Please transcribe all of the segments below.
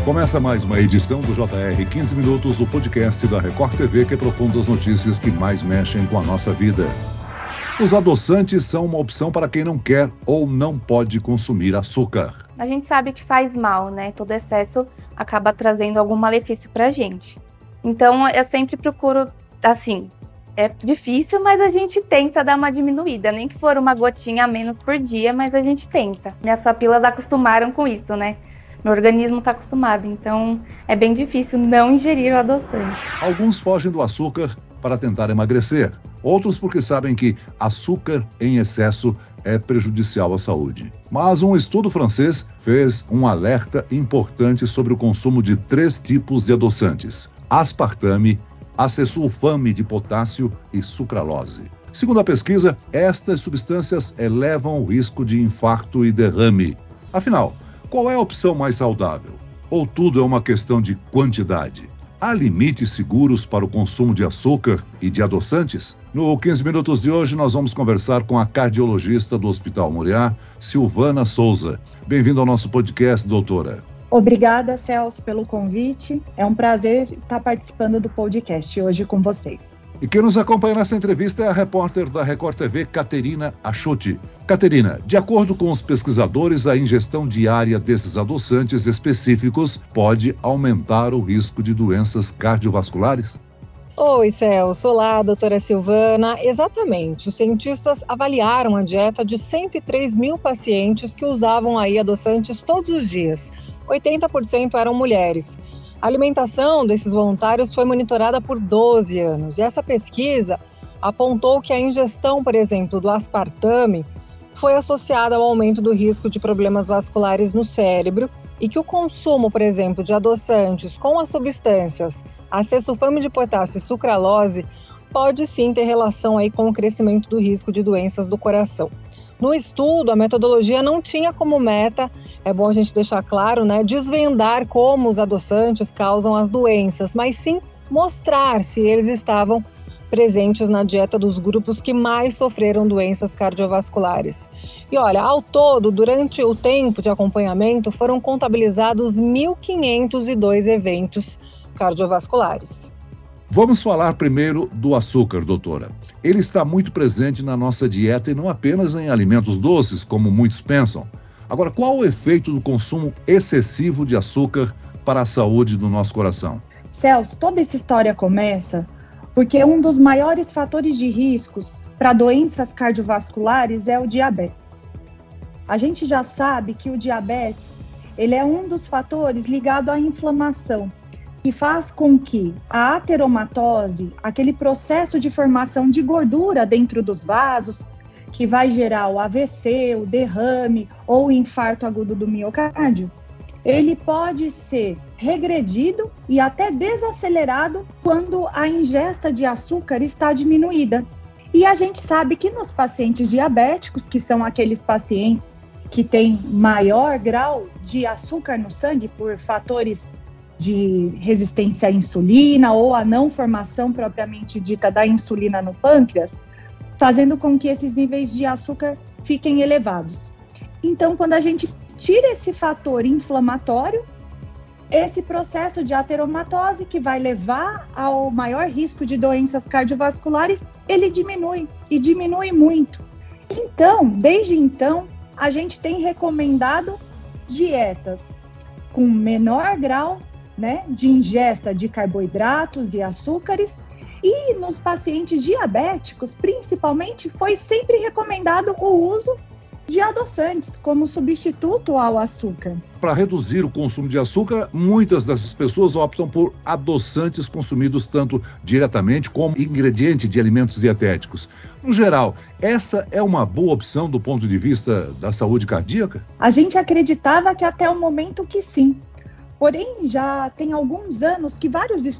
Começa mais uma edição do JR 15 Minutos, o podcast da Record TV que aprofunda as notícias que mais mexem com a nossa vida. Os adoçantes são uma opção para quem não quer ou não pode consumir açúcar. A gente sabe que faz mal, né? Todo excesso acaba trazendo algum malefício pra gente. Então, eu sempre procuro, assim, é difícil, mas a gente tenta dar uma diminuída. Nem que for uma gotinha a menos por dia, mas a gente tenta. Minhas papilas acostumaram com isso, né? Meu organismo está acostumado, então é bem difícil não ingerir o adoçante. Alguns fogem do açúcar para tentar emagrecer. Outros porque sabem que açúcar em excesso é prejudicial à saúde. Mas um estudo francês fez um alerta importante sobre o consumo de 3 tipos de adoçantes: aspartame, acesulfame de potássio e sucralose. Segundo a pesquisa, estas substâncias elevam o risco de infarto e derrame. Afinal, qual é a opção mais saudável? Ou tudo é uma questão de quantidade? Há limites seguros para o consumo de açúcar e de adoçantes? No 15 Minutos de hoje, nós vamos conversar com a cardiologista do Hospital Moriá, Silvana Souza. Bem-vindo ao nosso podcast, doutora. Obrigada, Celso, pelo convite. É um prazer estar participando do podcast hoje com vocês. E quem nos acompanha nessa entrevista é a repórter da Record TV, Caterina Achotti. Caterina, de acordo com os pesquisadores, a ingestão diária desses adoçantes específicos pode aumentar o risco de doenças cardiovasculares? Oi, Celso. Olá, doutora Silvana. Exatamente. Os cientistas avaliaram a dieta de 103 mil pacientes que usavam aí adoçantes todos os dias. 80% eram mulheres. A alimentação desses voluntários foi monitorada por 12 anos e essa pesquisa apontou que a ingestão, por exemplo, do aspartame foi associada ao aumento do risco de problemas vasculares no cérebro e que o consumo, por exemplo, de adoçantes com as substâncias acesulfame de potássio e sucralose pode sim ter relação aí com o crescimento do risco de doenças do coração. No estudo, a metodologia não tinha como meta, é bom a gente deixar claro, né, desvendar como os adoçantes causam as doenças, mas sim mostrar se eles estavam presentes na dieta dos grupos que mais sofreram doenças cardiovasculares. E olha, ao todo, durante o tempo de acompanhamento, foram contabilizados 1.502 eventos cardiovasculares. Vamos falar primeiro do açúcar, doutora. Ele está muito presente na nossa dieta e não apenas em alimentos doces, como muitos pensam. Agora, qual o efeito do consumo excessivo de açúcar para a saúde do nosso coração? Celso, toda essa história começa porque um dos maiores fatores de riscos para doenças cardiovasculares é o diabetes. A gente já sabe que o diabetes ele é um dos fatores ligado à inflamação, que faz com que a ateromatose, aquele processo de formação de gordura dentro dos vasos, que vai gerar o AVC, o derrame ou o infarto agudo do miocárdio, ele pode ser regredido e até desacelerado quando a ingesta de açúcar está diminuída. E a gente sabe que nos pacientes diabéticos, que são aqueles pacientes que têm maior grau de açúcar no sangue por fatores de resistência à insulina ou a não formação propriamente dita da insulina no pâncreas, fazendo com que esses níveis de açúcar fiquem elevados. Então, quando a gente tira esse fator inflamatório, esse processo de ateromatose que vai levar ao maior risco de doenças cardiovasculares, ele diminui e diminui muito. Então, desde então, a gente tem recomendado dietas com menor grau de ingesta de carboidratos e açúcares, e nos pacientes diabéticos, principalmente, foi sempre recomendado o uso de adoçantes como substituto ao açúcar. Para reduzir o consumo de açúcar, muitas dessas pessoas optam por adoçantes consumidos tanto diretamente como ingrediente de alimentos dietéticos. No geral, essa é uma boa opção do ponto de vista da saúde cardíaca? A gente acreditava que até o momento que sim. Porém, já tem alguns anos que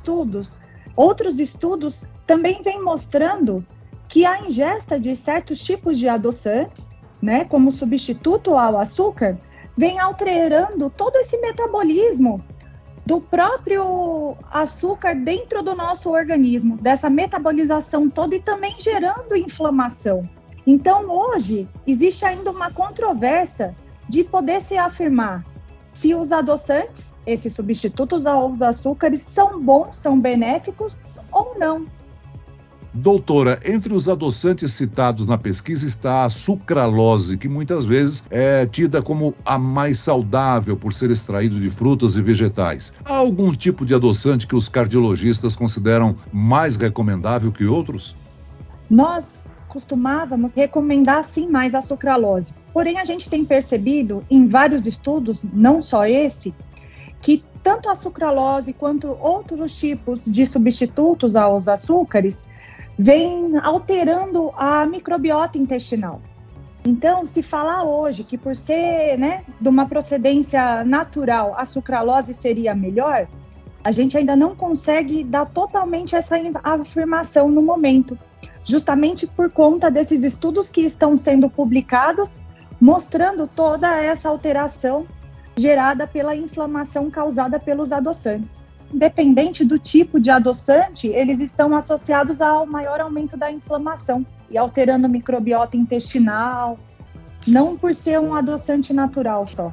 outros estudos também vêm mostrando que a ingesta de certos tipos de adoçantes, como substituto ao açúcar, vem alterando todo esse metabolismo do próprio açúcar dentro do nosso organismo, dessa metabolização toda e também gerando inflamação. Então, hoje, existe ainda uma controvérsia de poder se afirmar se os adoçantes, esses substitutos aos açúcares, são bons, são benéficos ou não. Doutora, entre os adoçantes citados na pesquisa está a sucralose, que muitas vezes é tida como a mais saudável por ser extraído de frutas e vegetais. Há algum tipo de adoçante que os cardiologistas consideram mais recomendável que outros? Nós costumávamos recomendar sim mais a sucralose. Porém, a gente tem percebido em vários estudos, não só esse, que tanto a sucralose quanto outros tipos de substitutos aos açúcares vem alterando a microbiota intestinal. Então, se falar hoje que por ser, de uma procedência natural, a sucralose seria melhor, a gente ainda não consegue dar totalmente essa afirmação no momento, justamente por conta desses estudos que estão sendo publicados, mostrando toda essa alteração gerada pela inflamação causada pelos adoçantes. Independente do tipo de adoçante, eles estão associados ao maior aumento da inflamação e alterando a microbiota intestinal, não por ser um adoçante natural só.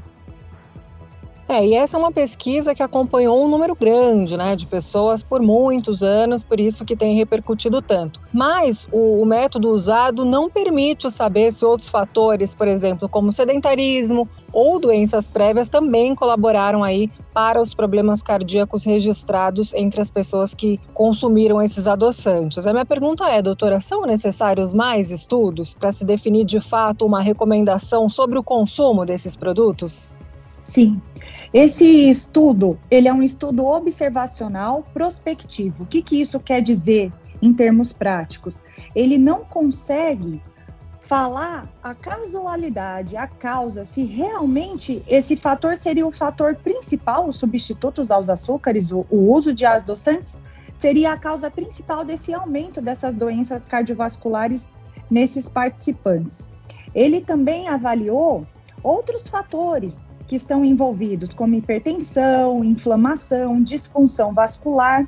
E essa é uma pesquisa que acompanhou um número grande, de pessoas por muitos anos, por isso que tem repercutido tanto. Mas o método usado não permite saber se outros fatores, por exemplo, como sedentarismo ou doenças prévias, também colaboraram aí para os problemas cardíacos registrados entre as pessoas que consumiram esses adoçantes. A minha pergunta é, doutora, são necessários mais estudos para se definir de fato uma recomendação sobre o consumo desses produtos? Sim, esse estudo, ele é um estudo observacional prospectivo. O que isso quer dizer em termos práticos? Ele não consegue falar a causalidade, a causa, se realmente esse fator seria o fator principal, os substitutos aos açúcares, o uso de adoçantes, seria a causa principal desse aumento dessas doenças cardiovasculares nesses participantes. Ele também avaliou outros fatores que estão envolvidos, como hipertensão, inflamação, disfunção vascular.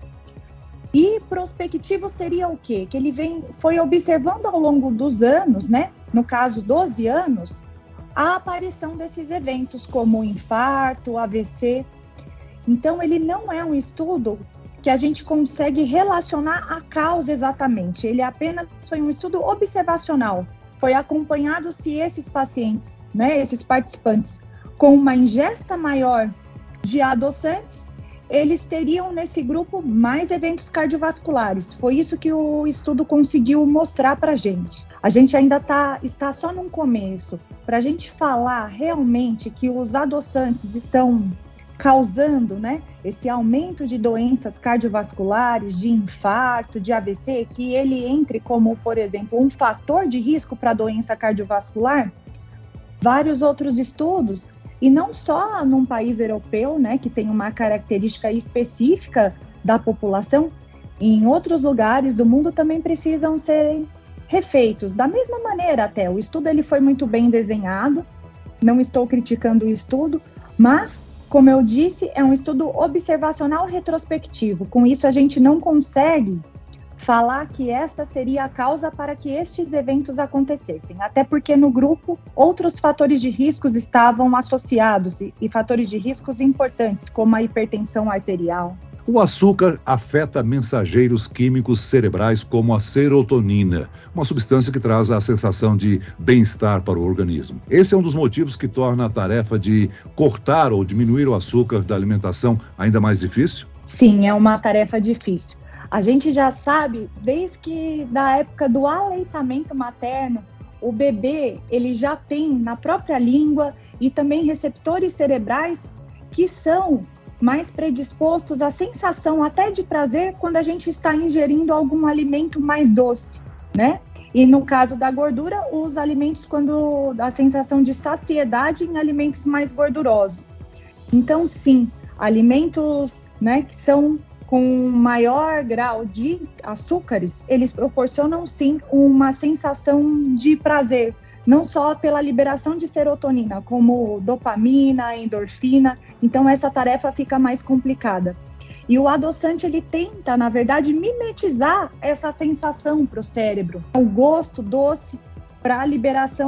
E prospectivo seria o quê? Que ele foi observando ao longo dos anos, no caso 12 anos, a aparição desses eventos, como infarto, AVC. Então, ele não é um estudo que a gente consegue relacionar a causa exatamente. Ele apenas foi um estudo observacional. Foi acompanhado se esses pacientes, esses participantes, com uma ingesta maior de adoçantes, eles teriam nesse grupo mais eventos cardiovasculares. Foi isso que o estudo conseguiu mostrar para a gente. A gente ainda está só no começo. Para a gente falar realmente que os adoçantes estão causando esse aumento de doenças cardiovasculares, de infarto, de AVC, que ele entre como, por exemplo, um fator de risco para a doença cardiovascular, vários outros estudos, e não só num país europeu, que tem uma característica específica da população, em outros lugares do mundo também precisam ser refeitos. Da mesma maneira até, o estudo ele foi muito bem desenhado, não estou criticando o estudo, mas, como eu disse, é um estudo observacional retrospectivo. Com isso, a gente não consegue falar que esta seria a causa para que estes eventos acontecessem, até porque no grupo outros fatores de riscos estavam associados e fatores de riscos importantes, como a hipertensão arterial. O açúcar afeta mensageiros químicos cerebrais como a serotonina, uma substância que traz a sensação de bem-estar para o organismo. Esse é um dos motivos que torna a tarefa de cortar ou diminuir o açúcar da alimentação ainda mais difícil? Sim, é uma tarefa difícil. A gente já sabe, desde que da época do aleitamento materno, o bebê ele já tem na própria língua e também receptores cerebrais que são mais predispostos à sensação até de prazer quando a gente está ingerindo algum alimento mais doce, E no caso da gordura, os alimentos quando a sensação de saciedade em alimentos mais gordurosos. Então, sim, alimentos, que são com maior grau de açúcares, eles proporcionam sim uma sensação de prazer, não só pela liberação de serotonina, como dopamina, endorfina. Então essa tarefa fica mais complicada. E o adoçante ele tenta, na verdade, mimetizar essa sensação para o cérebro, o gosto doce para a liberação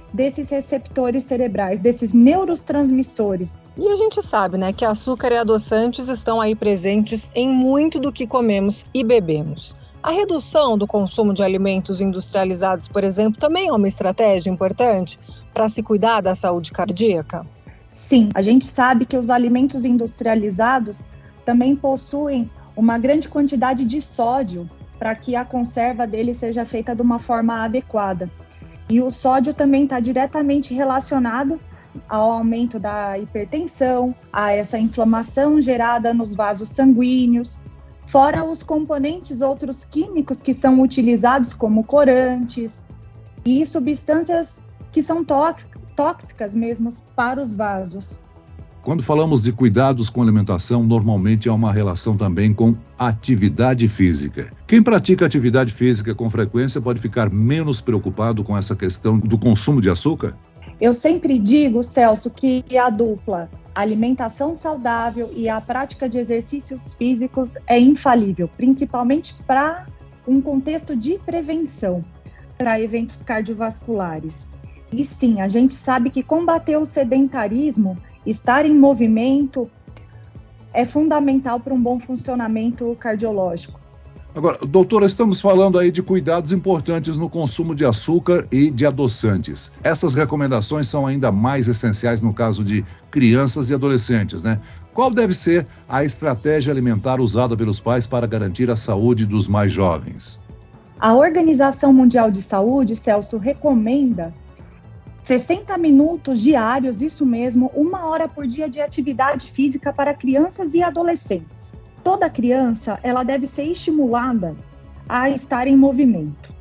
desses receptores cerebrais, desses neurotransmissores. E a gente sabe, né, que açúcar e adoçantes estão aí presentes em muito do que comemos e bebemos. A redução do consumo de alimentos industrializados, por exemplo, também é uma estratégia importante para se cuidar da saúde cardíaca? Sim, a gente sabe que os alimentos industrializados também possuem uma grande quantidade de sódio para que a conserva dele seja feita de uma forma adequada. E o sódio também está diretamente relacionado ao aumento da hipertensão, a essa inflamação gerada nos vasos sanguíneos, fora os componentes outros químicos que são utilizados como corantes e substâncias que são tóxicas mesmo para os vasos. Quando falamos de cuidados com alimentação, normalmente há uma relação também com atividade física. Quem pratica atividade física com frequência pode ficar menos preocupado com essa questão do consumo de açúcar? Eu sempre digo, Celso, que a dupla alimentação saudável e a prática de exercícios físicos é infalível, principalmente para um contexto de prevenção para eventos cardiovasculares. E sim, a gente sabe que combater o sedentarismo, estar em movimento, é fundamental para um bom funcionamento cardiológico. Agora, doutora, estamos falando aí de cuidados importantes no consumo de açúcar e de adoçantes. Essas recomendações são ainda mais essenciais no caso de crianças e adolescentes, né? Qual deve ser a estratégia alimentar usada pelos pais para garantir a saúde dos mais jovens? A Organização Mundial de Saúde, Celso, recomenda 60 minutos diários, isso mesmo, 1 hora por dia de atividade física para crianças e adolescentes. Toda criança, ela deve ser estimulada a estar em movimento.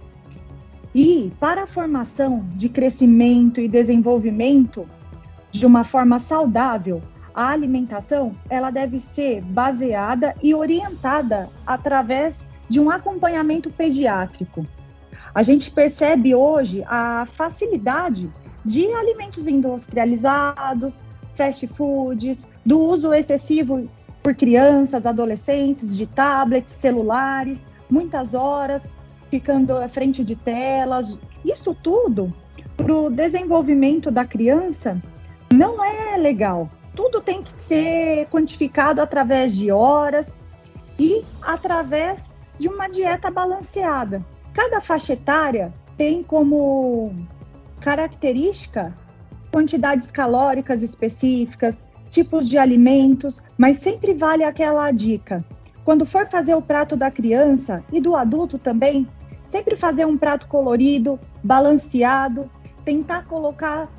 E para a formação de crescimento e desenvolvimento de uma forma saudável, a alimentação, ela deve ser baseada e orientada através de um acompanhamento pediátrico. A gente percebe hoje a facilidade de alimentos industrializados, fast foods, do uso excessivo por crianças, adolescentes, de tablets, celulares, muitas horas ficando à frente de telas. Isso tudo, para o desenvolvimento da criança, não é legal. Tudo tem que ser quantificado através de horas e através de uma dieta balanceada. Cada faixa etária tem como característica quantidades calóricas específicas, tipos de alimentos, mas sempre vale aquela dica. Quando for fazer o prato da criança e do adulto também, sempre fazer um prato colorido, balanceado, tentar colocar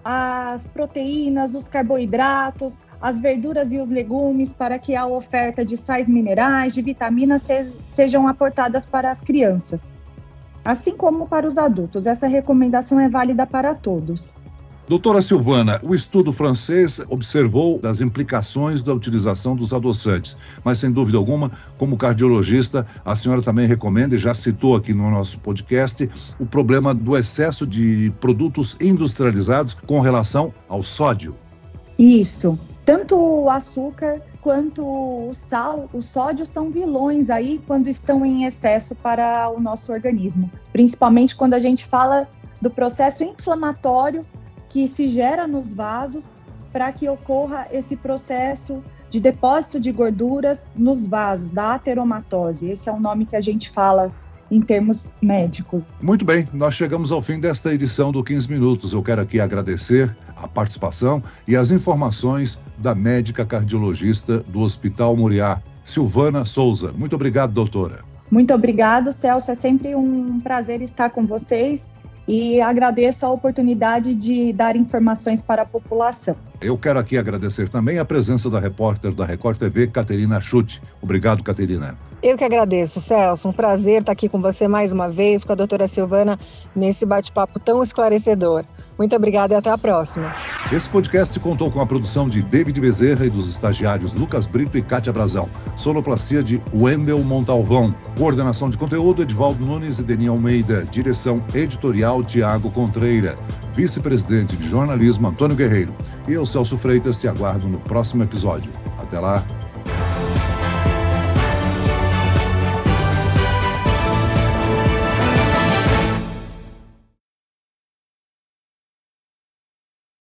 as proteínas, os carboidratos, as verduras e os legumes para que a oferta de sais minerais, de vitaminas sejam aportadas para as crianças. Assim como para os adultos, essa recomendação é válida para todos. Doutora Silvana, o estudo francês observou as implicações da utilização dos adoçantes, mas sem dúvida alguma, como cardiologista, a senhora também recomenda, e já citou aqui no nosso podcast, o problema do excesso de produtos industrializados com relação ao sódio. Isso. Tanto o açúcar quanto o sal, o sódio são vilões aí quando estão em excesso para o nosso organismo, principalmente quando a gente fala do processo inflamatório que se gera nos vasos para que ocorra esse processo de depósito de gorduras nos vasos, da ateromatose. Esse é o nome que a gente fala em termos médicos. Muito bem, nós chegamos ao fim desta edição do 15 Minutos. Eu quero aqui agradecer a participação e as informações da médica cardiologista do Hospital Moriá, Silvana Souza. Muito obrigado, doutora. Muito obrigado, Celso. É sempre um prazer estar com vocês. E agradeço a oportunidade de dar informações para a população. Eu quero aqui agradecer também a presença da repórter da Record TV, Caterina Schutt. Obrigado, Caterina. Eu que agradeço, Celso. Um prazer estar aqui com você mais uma vez, com a doutora Silvana, nesse bate-papo tão esclarecedor. Muito obrigada e até a próxima. Esse podcast contou com a produção de David Bezerra e dos estagiários Lucas Brito e Kátia Brazão. Sonoplastia de Wendel Montalvão. Coordenação de conteúdo, Edivaldo Nunes e Denis Almeida. Direção editorial, Tiago Contreira. Vice-presidente de jornalismo, Antônio Guerreiro. E eu, Celso Freitas, te aguardo no próximo episódio. Até lá.